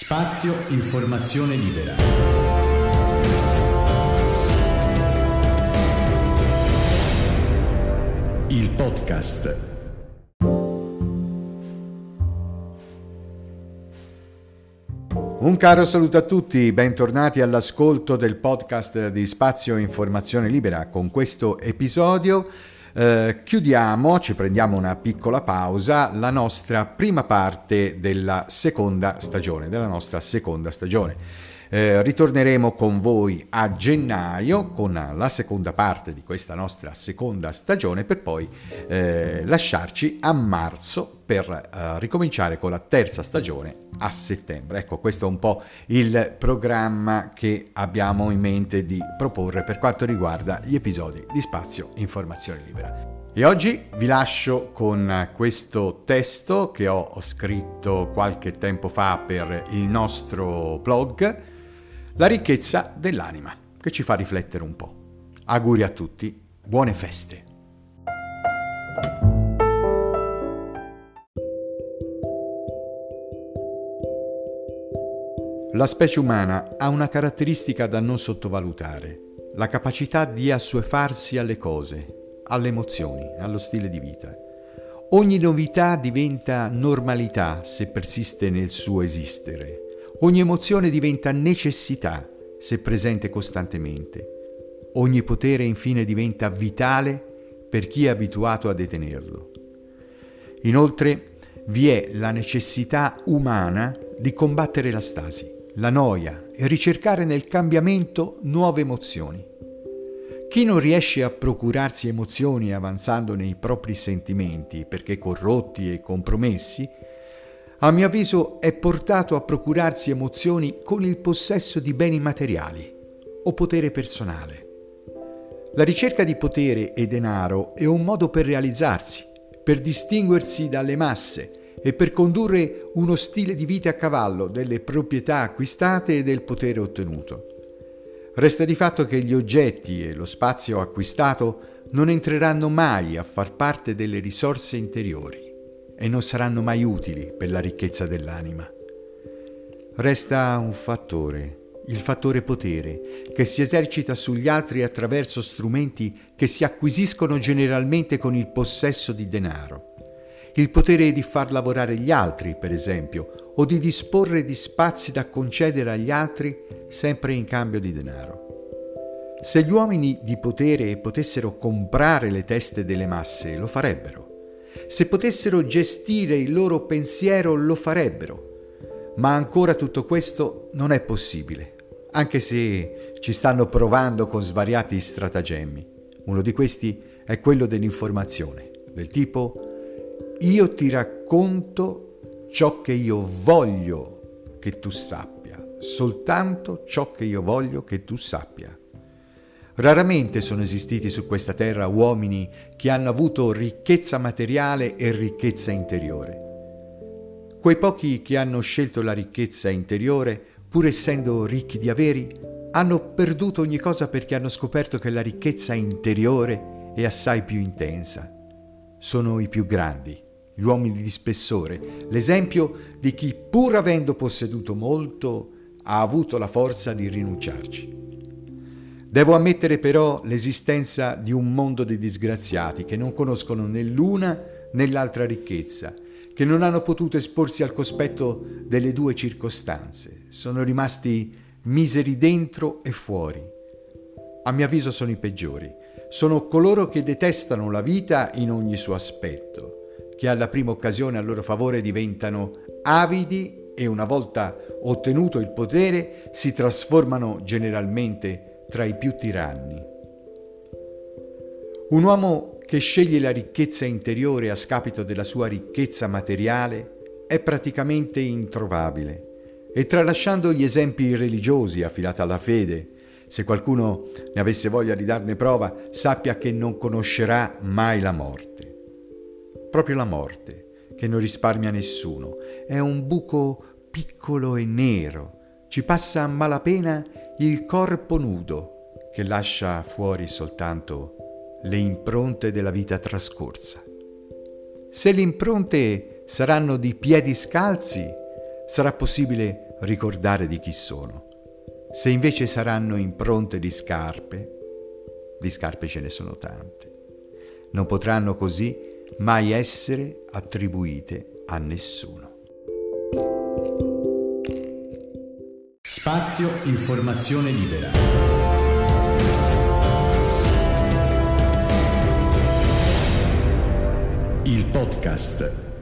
Spazio Informazione Libera. Il podcast. Un caro saluto a tutti, bentornati all'ascolto del podcast di Spazio Informazione Libera. Con questo episodio ci prendiamo una piccola pausa, la nostra prima parte della nostra seconda stagione. Ritorneremo con voi a gennaio con la seconda parte di questa nostra seconda stagione per poi lasciarci a marzo per ricominciare con la terza stagione a settembre. Ecco, questo è un po' il programma che abbiamo in mente di proporre per quanto riguarda gli episodi di Spazio Informazione Libera. E oggi vi lascio con questo testo che ho scritto qualche tempo fa per il nostro blog, La ricchezza dell'anima, che ci fa riflettere un po'. Auguri a tutti, buone feste! La specie umana ha una caratteristica da non sottovalutare, la capacità di assuefarsi alle cose, alle emozioni, allo stile di vita. Ogni novità diventa normalità se persiste nel suo esistere. Ogni emozione diventa necessità se presente costantemente. Ogni potere infine diventa vitale per chi è abituato a detenerlo. Inoltre vi è la necessità umana di combattere la stasi, la noia e ricercare nel cambiamento nuove emozioni. Chi non riesce a procurarsi emozioni avanzando nei propri sentimenti perché corrotti e compromessi, a mio avviso è portato a procurarsi emozioni con il possesso di beni materiali o potere personale. La ricerca di potere e denaro è un modo per realizzarsi, per distinguersi dalle masse e per condurre uno stile di vita a cavallo delle proprietà acquistate e del potere ottenuto. Resta di fatto che gli oggetti e lo spazio acquistato non entreranno mai a far parte delle risorse interiori e non saranno mai utili per la ricchezza dell'anima. Resta un fattore, il fattore potere, che si esercita sugli altri attraverso strumenti che si acquisiscono generalmente con il possesso di denaro. Il potere di far lavorare gli altri, per esempio, o di disporre di spazi da concedere agli altri sempre in cambio di denaro. Se gli uomini di potere potessero comprare le teste delle masse, lo farebbero. Se potessero gestire il loro pensiero, lo farebbero. Ma ancora tutto questo non è possibile, anche se ci stanno provando con svariati stratagemmi. Uno di questi è quello dell'informazione, del tipo: io ti racconto ciò che io voglio che tu sappia, soltanto ciò che io voglio che tu sappia. Raramente sono esistiti su questa terra uomini che hanno avuto ricchezza materiale e ricchezza interiore. Quei pochi che hanno scelto la ricchezza interiore, pur essendo ricchi di averi, hanno perduto ogni cosa perché hanno scoperto che la ricchezza interiore è assai più intensa. Sono i più grandi, gli uomini di spessore, l'esempio di chi, pur avendo posseduto molto, ha avuto la forza di rinunciarci. Devo ammettere però l'esistenza di un mondo di disgraziati che non conoscono né l'una né l'altra ricchezza, che non hanno potuto esporsi al cospetto delle due circostanze. Sono rimasti miseri dentro e fuori. A mio avviso sono i peggiori. Sono coloro che detestano la vita in ogni suo aspetto, che alla prima occasione a loro favore diventano avidi e una volta ottenuto il potere si trasformano generalmente tra i più tiranni. Un uomo che sceglie la ricchezza interiore a scapito della sua ricchezza materiale è praticamente introvabile e tralasciando gli esempi religiosi affidati alla fede, se qualcuno ne avesse voglia di darne prova, sappia che non conoscerà mai la morte. Proprio la morte, che non risparmia nessuno, è un buco piccolo e nero, ci passa a malapena il corpo nudo, che lascia fuori soltanto le impronte della vita trascorsa. Se le impronte saranno di piedi scalzi, sarà possibile ricordare di chi sono. Se invece saranno impronte di scarpe ce ne sono tante. Non potranno così mai essere attribuite a nessuno. Spazio Informazione Libera. Il podcast